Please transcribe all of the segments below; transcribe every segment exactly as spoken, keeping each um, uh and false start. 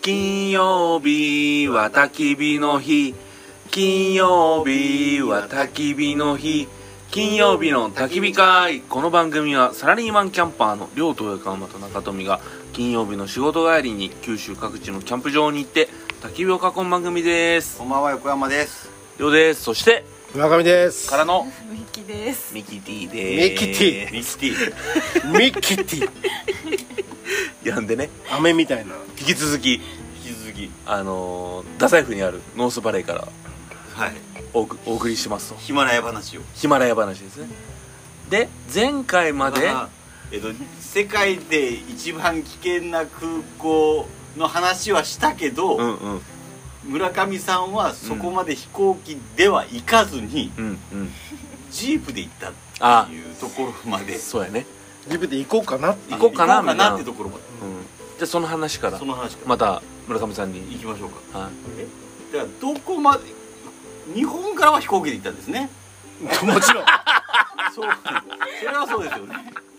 金曜日は焚き火の日、金曜日は焚き火の日、金曜日の焚き火会。この番組はサラリーマンキャンパーの両戸横浜と中富が金曜日の仕事帰りに九州各地のキャンプ場に行って焚き火を囲む番組です。 こんばんは、横山です。 両です。そして村上ですからのミキです。 ミキティです。 ミキティミキティミキティやんでね、 飴みたいな。 引き続き引き続きあのー、太宰府にあるノースバレーからはいお送お送りしますと。 ヒマラヤ話をヒマラヤ話ですね。で前回まで、 まあえっと、世界で一番危険な空港の話はしたけど、 うんうん村上さんはそこまで飛行機では行かずに、 うんうん、 ジープで行ったっていうところまで。 そうやね。 ジブで行こうかな。 行こうかな行こうかなってところまで、 うん、じゃあその話からその話からまた村上さんに行きましょうか。 はい、 えだからどこまで日本からは飛行機で行ったんですね。 もちろんそうそれはそうですよね。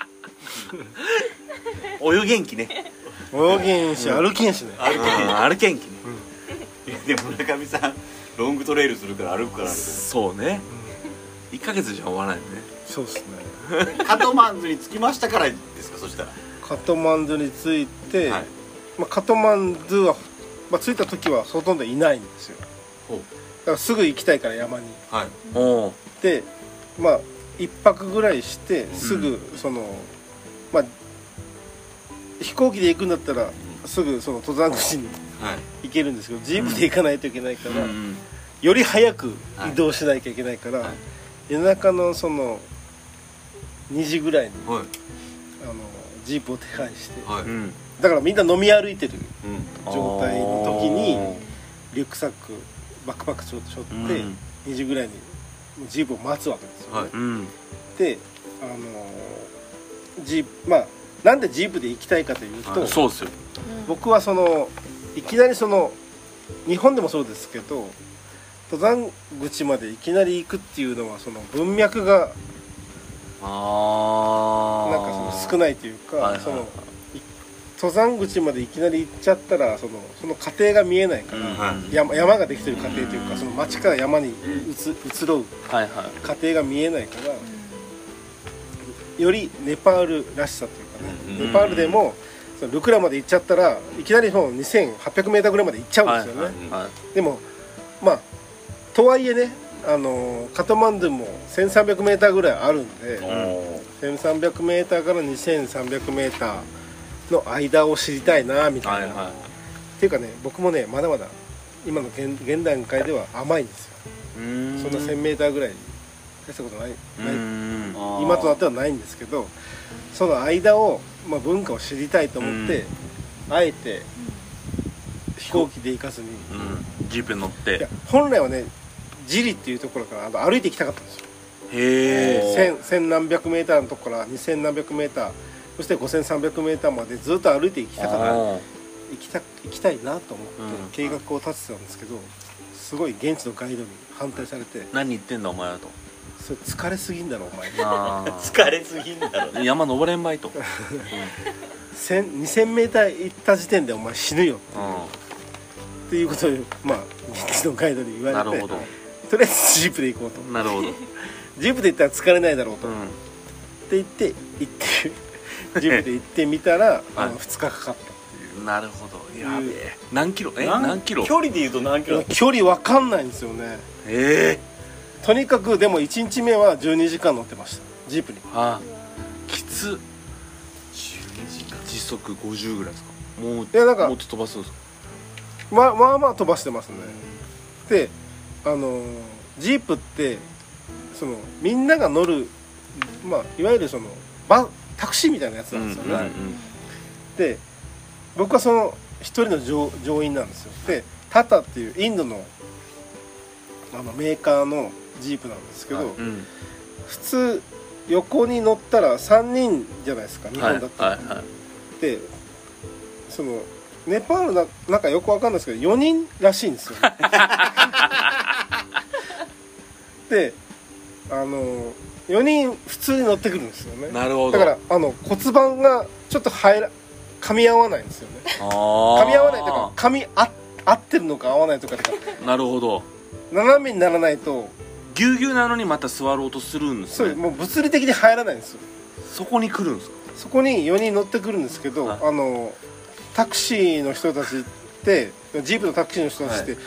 泳げんきね。 泳げんし歩けんしね。 歩けねうん歩けんきね、 いやでも村上さんロングトレイルするから歩くから歩くそうね、いっかげつじゃ終わらないよね。 そうですね。 カトマンズに着きましたからですか。そしたらカトマンズに着いて、 はいまあ、カトマンズは、まあ、着いた時はほとんどいないんですよ。 ほうだからすぐ行きたいから山に。 はいおーでまあ一泊ぐらいしてすぐその、まあ飛行機で行くんだったらすぐその登山口にはい行けるんですけど、ジープで行かないといけないから、 うんより早く移動しなきゃいけないから、 はい夜中のそのにじぐらいにはいあのジープを手配して、 はい、うんうんだからみんな飲み歩いてる状態の時にあリュックサックバックパックちょっと背負って、 うんにじぐらいにジープを待つわけですよね、 はいーうんであのジープまあなんでジープで行きたいかというと、 はいそうっすよ。 僕はそのいきなりその日本でもそうですけど登山口までいきなり行くっていうのはその文脈があなんかその少ないというか、 はいはいはいそのい登山口までいきなり行っちゃったらそのその過程が見えないから、 うんはい山, 山ができてる過程というかその町から山に移移ろうはいはい過程が見えないからよりネパールらしさというかね、 うんネパールでもそのルクラまで行っちゃったらいきなりそのにせんはっぴゃくメーターぐらいまで行っちゃうんですよね、 はいはいはいでもまあとはいえねあのカトマンズもせんさんびゃくメーターぐらいあるんで、 おーせんさんびゃくメーターからにせんさんびゃくメーターの間を知りたいなみたいな、 はいはいっていうかね僕もねまだまだ今の 現, 現段階では甘いんですよ。 うーんそんなせんメーターぐらい大したことない、 うないーんあー今となってはないんですけどその間を、まあ、文化を知りたいと思って、あえて飛行機で行かずに、 うんジープに乗っいてや本来はねジリっていうところからあの歩いて行きたかったんですよ。 へえ千千何百メーターのところからにせん何百メーターそしてごせんさんびゃくメーターまでずっと歩いて行きたかった行きた行きたいなと思うんって計画を立ててたんですけどすごい現地のガイドに反対されて何言ってんだお前はと。 それ疲れすぎんだろお前あー疲れすぎんだろうね。 山登れんばいと。 にせんメーター行った時点でお前死ぬようっていうことをまあ現地のガイドに言ん、 われてなるほどとりあえずジープで行こうとなるほど。 ジープで行ったら疲れないだろうと、 うって言って行ってジープで行ってみたら、あのふつかかかったっていん、なるほど。やべえ。何キロ？え何何キロ？ 距離で言うと何キロだう距離わかんないんですよね。 ええとにかくでもいちにちめはじゅうにじかん乗ってましたジープに。 あきつ。 じゅうにじかん時速ごじゅうぐらいですか。もういやなんかもっと飛ばすんですか。 まあまあまあ飛ばしてますね。であのジープってそのみんなが乗る、まあ、いわゆるそのバタクシーみたいなやつなんですよね、 うんうんうんで僕はその一人の 乗, 乗員なんですよ。でタタっていうインドのあのメーカーのジープなんですけど、 はいうん普通横に乗ったらさんにんじゃないですか日本だったら、 はいはいはいでそのネパールななんかよくわかんないですけどよにんらしいんですよねであのよにん普通に乗ってくるんですよね。 なるほど。 だからあの骨盤がちょっと入ら噛み合わないんですよね。 あ噛み合わないとか噛みあ合ってるのか合わないとかとかなるほど。 斜めにならないとぎゅうぎゅうなのにまた座ろうとするんですね。 そうもう物理的に入らないんですよ。 そこに来るんですか。 そこによにん乗ってくるんですけど、 はいあのタクシーの人たちってジープのタクシーの人たちって、はい、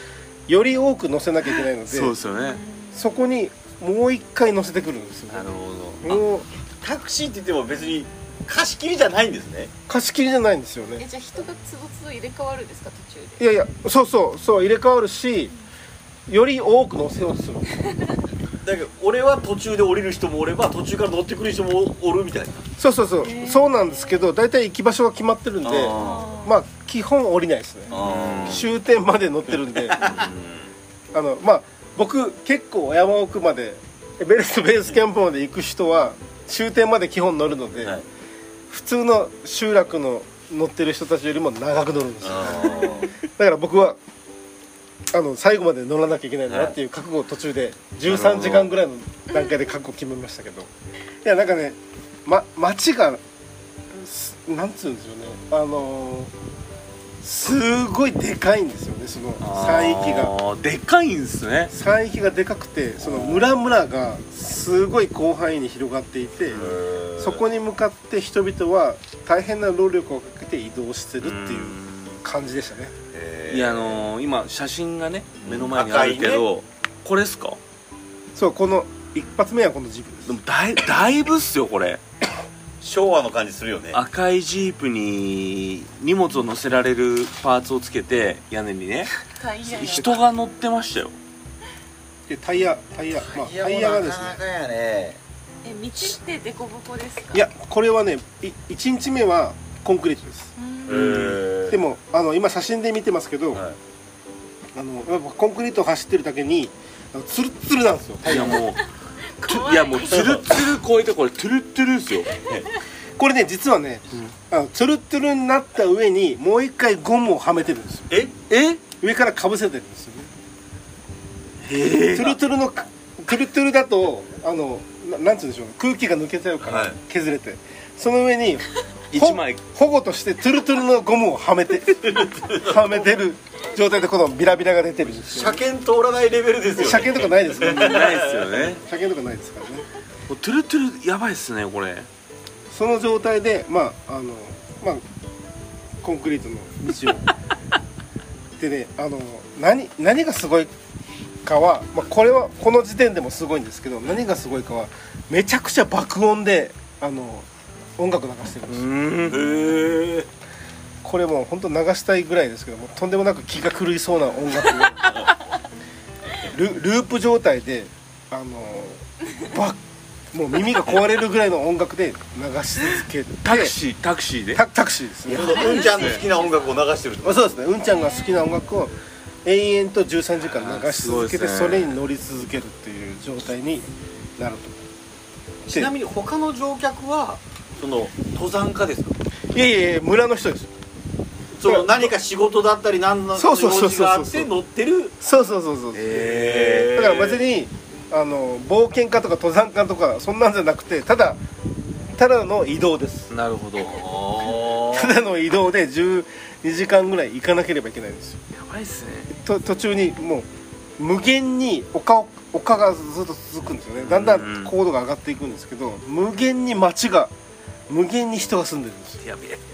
より多く乗せなきゃいけないので、 そうですよね。 そこにもう一回乗せてくるんですよ、ね、 なるほど。 もうタクシーって言っても別に貸し切りじゃないんですね。 貸し切りじゃないんですよね。 えじゃあ人がつどつど入れ替わるんですか途中で。 いやいやそうそうそう入れ替わるしより多く乗せようとするだけど俺は途中で降りる人もおれば途中から乗ってくる人もおるみたいな。 そうそうそうそうなんですけど大体行き場所が決まってるんであまあ基本降りないですね。 あ終点まで乗ってるんであのまあ僕結構山奥までエベレストベースキャンプまで行く人は終点まで基本乗るので、はい、普通の集落の乗ってる人たちよりも長く乗るんですよだから僕はあの最後まで乗らなきゃいけないんだなっていう覚悟を途中でじゅうさんじかんぐらいの段階で覚悟を決めましたけどいやなんかね、ま、街がなんつうんですよねあのー、すごいでかいんですよねその山域がでかいんですね。 山域がでかくてその村々がすごい広範囲に広がっていてそこに向かって人々は大変な労力をかけて移動してるっていう感じでしたね。 いやあのー、今写真がね目の前にあるけど、ね、これですか。 そうこの一発目はこのジープです。 でもだいだいぶっすよこれ。 昭和の感じするよね。 赤いジープに荷物を乗せられるパーツをつけて屋根にね人が乗ってましたよ。 でタイヤタイヤまあタイヤがですね。 なかなかやね。 え道ってデコボコですか。 いやこれはねいちにちめはコンクリートです。でもあの今写真で見てますけど、はい、あのやっぱコンクリート走ってるだけにツルツルなんですよタイヤもいやもうツルツル超えてこれトゥルトゥルですよこれね実はね、うん、あのツルツルになった上にもう一回ゴムをはめてるんですよ。 ええ上からかぶせてるんですよね。へえツルツルのツルツルだとあの な, なんつうんでしょう空気が抜けちゃうから、はい、削れてその上に一枚保護としてトゥルトゥルのゴムをはめてはめてる状態でこのビラビラが出てるんですよ、 ね、車検通らないレベルですよね。 車検とかないですからねないですよね。 車検とかないですからね。 トゥルトゥルやばいっすねこれ。 その状態でまああのまあコンクリートの道をでねあの 何, 何がすごいかは、まあ、これはこの時点でもすごいんですけど何がすごいかはめちゃくちゃ爆音であの音楽流してるんですよ。へえ。これもう本当流したいぐらいですけどもとんでもなく気が狂いそうな音楽を ル, ループ状態であのバもう耳が壊れるぐらいの音楽で流し続けてタクシータクシーでタ, タクシーですね。 うんちゃんの好きな音楽を流してるってこと。 そうですねうんちゃんが好きな音楽を延々とじゅうさんじかん流し続けて、ね、それに乗り続けるっていう状態になると。 ちなみに他の乗客はその登山家ですか。 いやいやいや村の人ですよ。 その何か仕事だったり何の用事があって乗ってる。 そうそうそうそう。へー。だから別にあの冒険家とか登山家とかそんなんじゃなくてただただの移動です。 なるほど。 ただの移動でじゅうにじかんぐらい行かなければいけないんですよ。 やばいっすね。 と途中にもう無限に丘丘がずっと続くんですよね。だんだん高度が上がっていくんですけど、無限に街が無限に人が住んでるんですよ。 やべえ。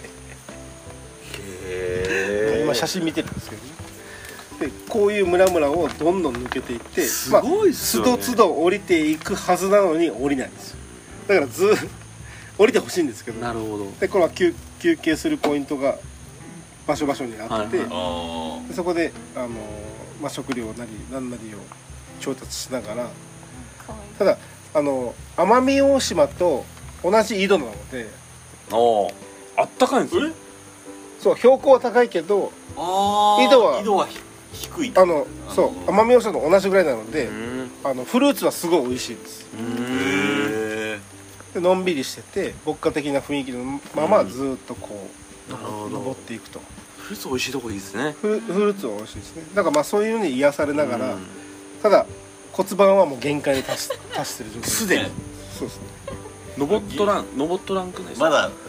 へー。今写真見てるんですけどね。でこういう村々をどんどん抜けていってすごいっすよね。 まあ、つどつど降りていくはずなのに降りないんですよ。だからず降りてほしいんですけど。 なるほど。 でこれは 休, 休憩するポイントが場所場所にあって、はいはい、でそこであの、まあ、食料なり何なりを調達しながら、ただあの奄美大島と同じ緯度なので、 ああったかいんですよ。 そう標高は高いけど緯度は緯度は低い。 あのそう奄美大島と同じぐらいなので、あのフルーツはすごい美味しいです。へでのんびりしてて牧歌的な雰囲気のままずっとこう登っていくと。 フルーツ美味しいとこいいですね。 フ ル, フルーツは美味しいですね。だからまあそういうのに癒されながら、ただ骨盤はもう限界に達し達してる状態すでに。 そうですね。 登っとらん登っとらんくないですか。 まだ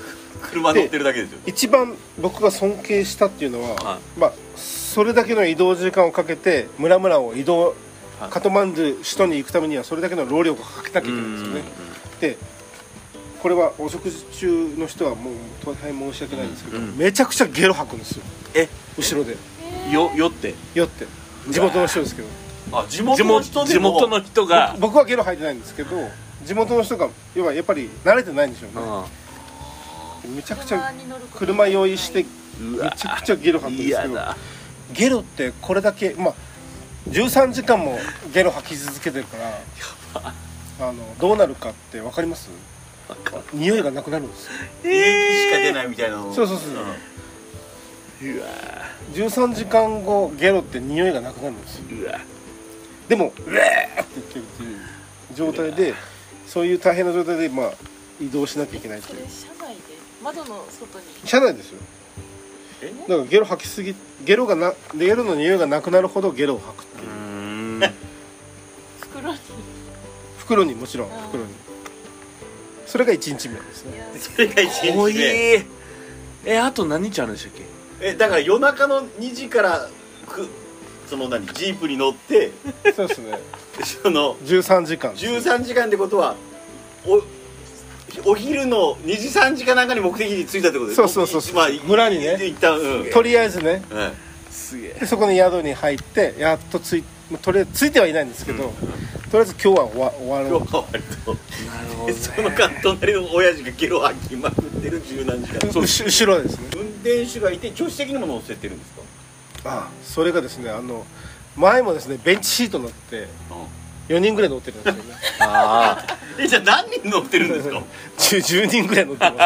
車乗ってるだけですよ。 一番僕が尊敬したっていうのは、 はまあそれだけの移動時間をかけて村々を移動、 はいカトマンズ首都に行くためにはそれだけの労力をかけなきゃいけないんですよね。でこれはお食事中の人はもう大変申し訳ないんですけど、 うんめちゃくちゃゲロ吐くんですよえ後ろでよ酔って酔って地元の人ですけどあ、地地元の元人でも地元の人が僕はゲロ吐いてないんですけど地元の人が要はやっぱり慣れてないんでしょうね。めちゃくちゃに乗ること車用意してうんうわめちゃくちゃゲロ吐くんですけど嫌だゲロってこれだけまあじゅうさんじかんもゲロ吐き続けてるからあのどうなるかって分かります？匂いがなくなるんですよ。 利益しか出ないみたいなの。 そうそうそううわじゅうさんじかんごゲロって匂いがなくなるんですよ。 うわでもうわーって言ってるっていう状態でそういう大変な状態でまあ移動しなきゃいけないっていうそれ車内で窓の外に車内ですよ。 えだからゲロ吐きすぎゲロがなゲロの匂いがなくなるほどゲロを吐くっていううーん袋に袋にもちろんあー袋にそれがいちにちめですね。 いやそれが一日濃い目。 えあと何日あるんでしたっけ？ え、だから夜中のにじからくその何ジープに乗ってそうですねそのじゅうさんじかんじゅうさんじかんってことはおお昼のにじさんじかなんかに目的地に着いたってことです。 そうそうそうそうまあ村にね一旦うん。 とりあえずねはいすげえでそこに宿に入ってやっとついとりあえずついてはいないんですけど、とりあえず今日は終わ終わろう今日は割となるほどでその間隣の親父がゲロ吐きまくってる十何時間。 うし後ろですね。 運転手がいて助手席にも乗せてるんですか？ ああそれがですねあの前もですねベンチシート乗ってよにんぐらい乗ってるんですよねあえ、じゃあ何人乗ってるんですか？ 10, じゅうにんぐらい乗って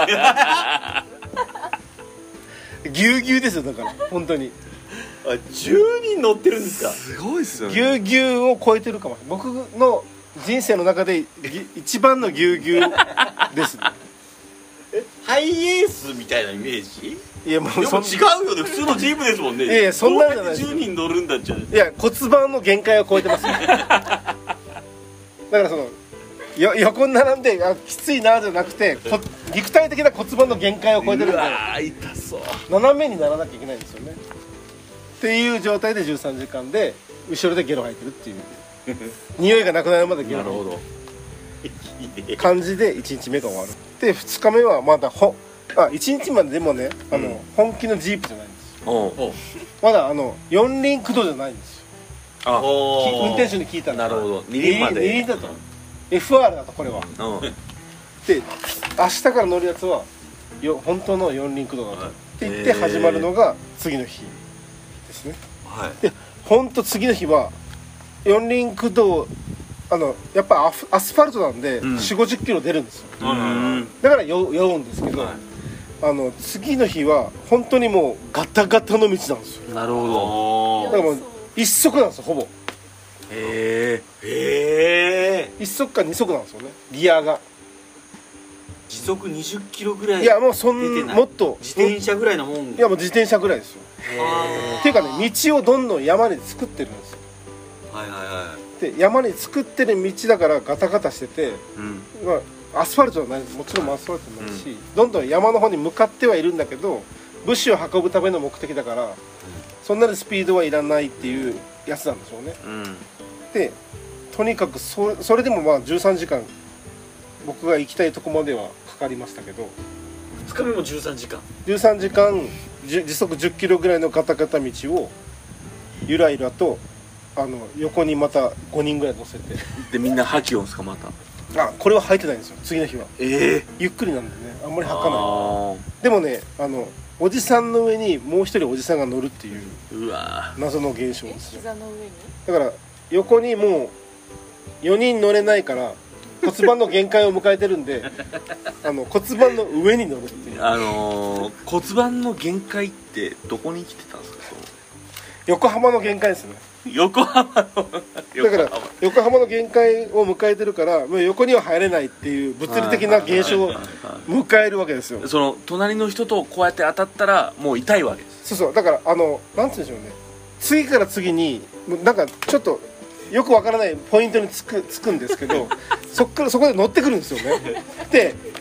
ますぎゅうぎゅうですよだから本当にあ、じゅうにん乗ってるんですか？ あすごいっすよねぎゅうぎゅうを超えてるかもしれない。僕の人生の中でぎ一番のぎゅうぎゅうですね。 え、ハイエースみたいなイメージ？ いやもうでもそん違うよね、普通のジープですもんね。 いやいやそんなんじゃないですどうやってじゅうにん乗るんだっちゃう。 いや骨盤の限界を超えてますよだからそのよ横に並んであきついなじゃなくてこ肉体的な骨盤の限界を超えてるんでうわー痛そう斜めにならなきゃいけないんですよねっていう状態でじゅうさんじかんで後ろでゲロ吐いてるっていう匂いがなくなるまでゲロ吐いてなるほどる感じでいちにちめが終わる。でふつかめはまだほあいちにちまででもねあの、 うん本気のジープじゃないんですよ。 おうおまだあのよん輪駆動じゃないんですよ。 あきお運転手に聞いたらなるほどに輪までに輪だと エフアール だとこれはうんで明日から乗るやつはよ本当のよん輪駆動だと、 はいって言って始まるのが次の日ですね。 はい。 で本当次の日はよん輪駆動あのやっぱアフアスファルトなんで、 うんよんじゅうごじゅっキロ出るんですよ。 うんだからよ酔うんですけど、 はいあの次の日は本当にもうガタガタの道なんですよ。 なるほどだからもう一足なんですよほぼ。 へえへえ。 一足か二足なんですよねギアが。 時速にじゅっキロぐらい。 いやもうそん出てないもっと自転車ぐらいのもん。 いやもう自転車ぐらいですよ。 あーっていうかね道をどんどん山に作ってるんですよ。 はいはいはで山に作ってる道だからガタガタしてて、 うんまあ、アスファルトはないもちろんアスファルトないし、どんどん山の方に向かってはいるんだけど物資を運ぶための目的だから、そんなにスピードはいらないっていうやつなんでしょうね。 うんでとにかくそそれでもまあじゅうさんじかん僕が行きたいとこまではかかりましたけどい。ふつかめもじゅうさんじかん。 じゅうさんじかんじゅ時速じゅっキロぐらいのガタガタ道をゆらゆらとあの横にまたごにんぐらい乗せてでみんな吐きよんすかまたあこれは履いてないんですよ次の日は。 ええゆっくりなんでねあんまり履かない。 あでもねあのおじさんの上にもう一人おじさんが乗るっていうーうわ謎の現象えですね。 膝の上にだから横にもうよにん乗れないから骨盤の限界を迎えてるんであの骨盤の上に乗るっていうあのー、骨盤の限界ってどこに来てたんですかその横浜の限界ですね。 横浜のだから横浜の限界を迎えてるからもう横には入れないっていう物理的な現象を迎えるわけですよ。 その隣の人とこうやって当たったらもう痛いわけですそうそうだからあのなんて言うんでしょうね次から次にもうなんかちょっとよくわからないポイントにつくつくんですけどそっからそこで乗ってくるんですよね。で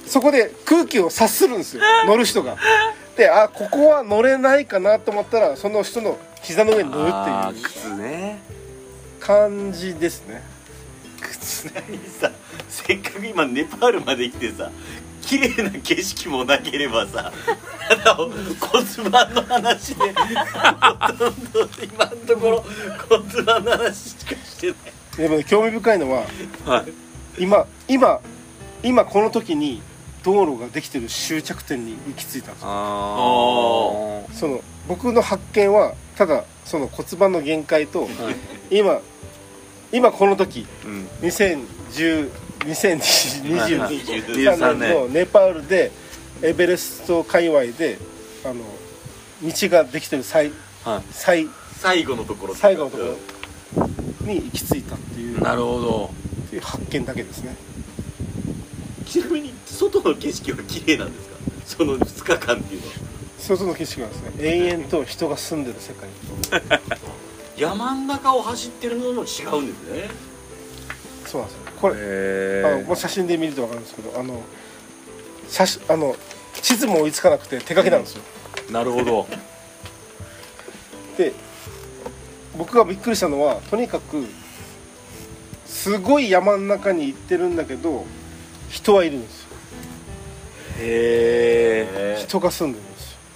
そこで空気を察するんですよ乗る人が。であここは乗れないかなと思ったらその人の膝の上に乗るあーっていう靴ね。 感じですね。 靴なにさ、せっかく今ネパールまで来てさ綺麗な景色もなければさ、ただ骨盤の話でほとんど今のところ骨盤の話しかしてない。 でもね興味深いのははい今今今この時に道路ができてる終着点に行き着いたんですよ。 あーその僕の発見はただその骨盤の限界と、 はい今今この時うんにせんじゅう、にせんにじゅうさんにじゅうさんねん年のネパールでエベレスト界隈であの道ができてる最は最最後のところ最後のところに行き着いたっていういなるほど。 っていう発見だけですね。 ちなみに外の景色は綺麗なんですか、そのふつかかんっていうのは。 外の景色はですね永遠と人が住んでる世界山ん中を走ってるのも違うんですね。 そうなんですよ。これへあのもう写真で見ると分かるんですけどあの写真あの地図も追いつかなくて手書きなんですよ。 えなるほど。 で僕がびっくりしたのはとにかくすごい山の中に行ってるんだけど人はいるんですよ。 へえ。 人が住んでるんですよ。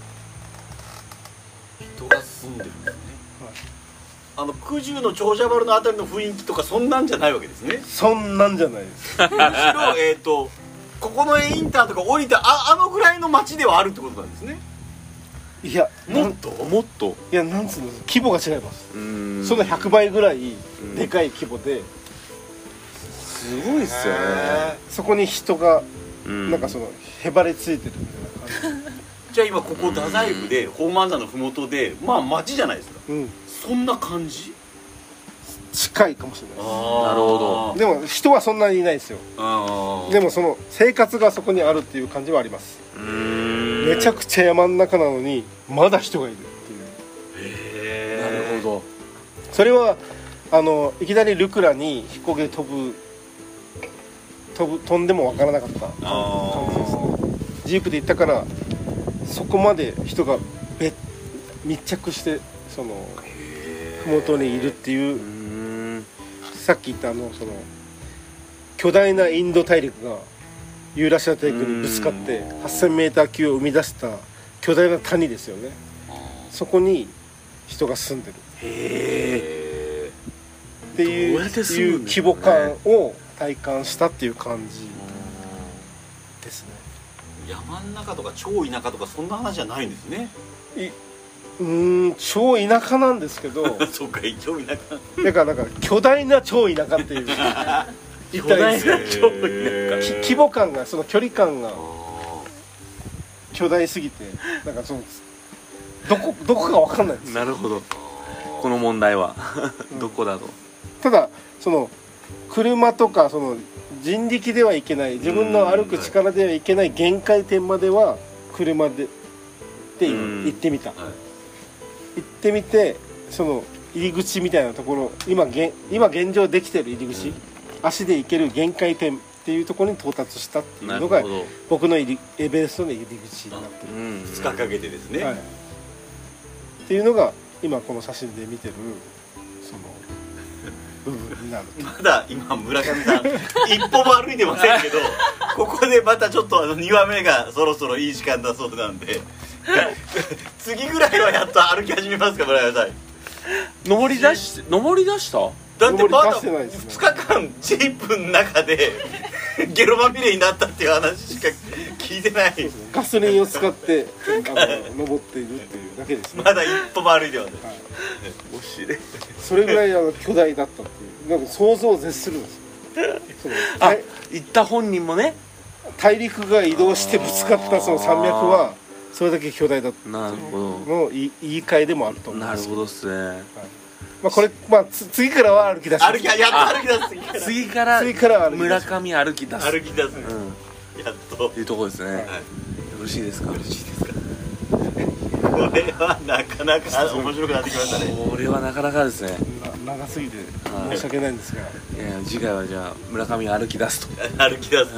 人が住んでるんですね。あの九十の長者丸のあたりの雰囲気とかそんなんじゃないわけですね。 そんなんじゃないです。 むしろえっとここのインターとか降りたああのぐらいの街ではあるってことなんですね。 いやもっともっといやなんつうんです規模が違います。 うーんそのひゃくばいぐらいんでかい規模で、 すごいっすよね。 そこに人がうんなんかそのへばりついてるみたいな感じゃあ今ここ太宰府で宝満山の麓でまあ街じゃないですか。 じ、うん、 そんな感じ。 近いかもしれないです。 なるほどでも人はそんなにいないですよ。 あーでもその生活がそこにあるっていう感じはあります。 うーんめちゃくちゃ山の中なのにまだ人がいるっていう。 へーなるほど。 それはあのいきなりルクラに飛行機で飛ぶ飛ぶ飛んでもわからなかった感あじですね。ジープで行ったからそこまで人がべ密着してその麓にいるっていうう、 ーんさっき言ったあのその巨大なインド大陸がユーラシア大陸にぶつかってはっせんメーター級を生み出した巨大な谷ですよね。そこに人が住んでるへっていうどうやって住いうむんですかね規模感を体感したっていう感じですね。 ー山ん中とか超田舎とかそんな話じゃないんですね。 うーん超田舎なんですけどそうか超田舎。 だからなんか巨大な超田舎っていう言ったらいいですか。 巨大なき規模感がその距離感があ巨大すぎてなんかそのどこどこかわかんないんですよ。 なるほど。この問題はうんどこだと。 ただその車とかその人力ではいけない自分の歩く力ではいけない限界点までは車ででうん行ってみた。 はい行ってみてその入り口みたいなところ今現今現状できてる入り口、足で行ける限界点っていうところに到達したっていうのがなるほど。 僕の入りエベレストの入り口になってる、 うんふつかかけてですね、 はい、っていうのが今この写真で見てるその部分になると。 まだ今村上さん一歩も歩いてませんけどここでまたちょっとあのにわめがそろそろいい時間だそうなんで次ぐらいはやっと歩き始めますか村上さん。 登り出し登り出した。 だってまだ登り出してないですねふつかかんジープの中でゲロまみれになったっていう話しか聞いてない。 ガソリンを使ってあの登っているっていうだけですね。 まだ一歩も歩いてません。 はい、 おしれ。 それぐらいあの巨大だったっていうなんか想像を絶するんですよ。そのあ大行った本人もね。 大陸が移動してぶつかったその山脈はそれだけ巨大だったなるほの言い言い換えでもあるとど。 思うんですけど。 なるほどっすね。 まあこれまあつ次からは歩き出します歩きやっと歩き出す次から次から次から歩き出村す上歩き出す。 歩き出す、 うん。 やっとっていうところですね。 はいよろしいですか。 よろしいですか。これはなかなか面白くなってきましたね。 これはなかなかですね。 な長すぎてはい申し訳ないんですが、 いや次回はじゃあ村上歩き出すと。 歩き出すと、 はい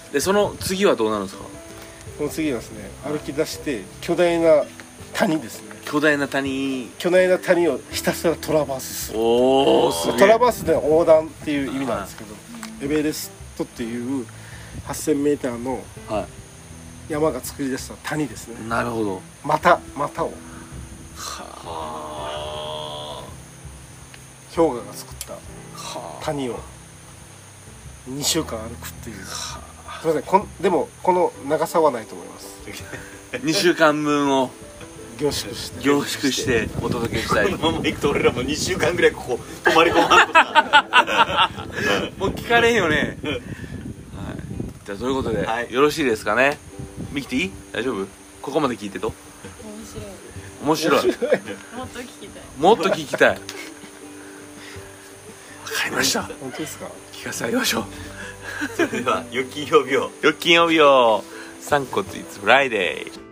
でその次はどうなるんですか？ この次はですね、歩き出して巨大な谷ですね。 巨大な谷。 巨大な谷をひたすらトラバースする。 おお、すげえ。 トラバースでは横断っていう意味なんですけど、エベレストっていうはっせんメーターのは山が作り出した谷ですね。 い。なるほど。 またまたをは氷河が作ったは谷をにしゅうかん歩くっていう。すみません、こんでもこの長さはないと思います。 あ。にしゅうかんぶんを凝縮して凝縮してお届けしたい。 このまま行くと俺らもにしゅうかんぐらいここ泊まり込まんとさもう聞かれんよね。はい。じゃあそういうことで、 はいよろしいですかね。ミキティ大丈夫？ここまで聞いてと。 面白い面白い。 もっと聞きたい。 もっと聞きたい。わかりました。 本当ですか？ 聞かせてあげましょう。 それではよき金曜日をよっ金曜日を散骨 It's Friday。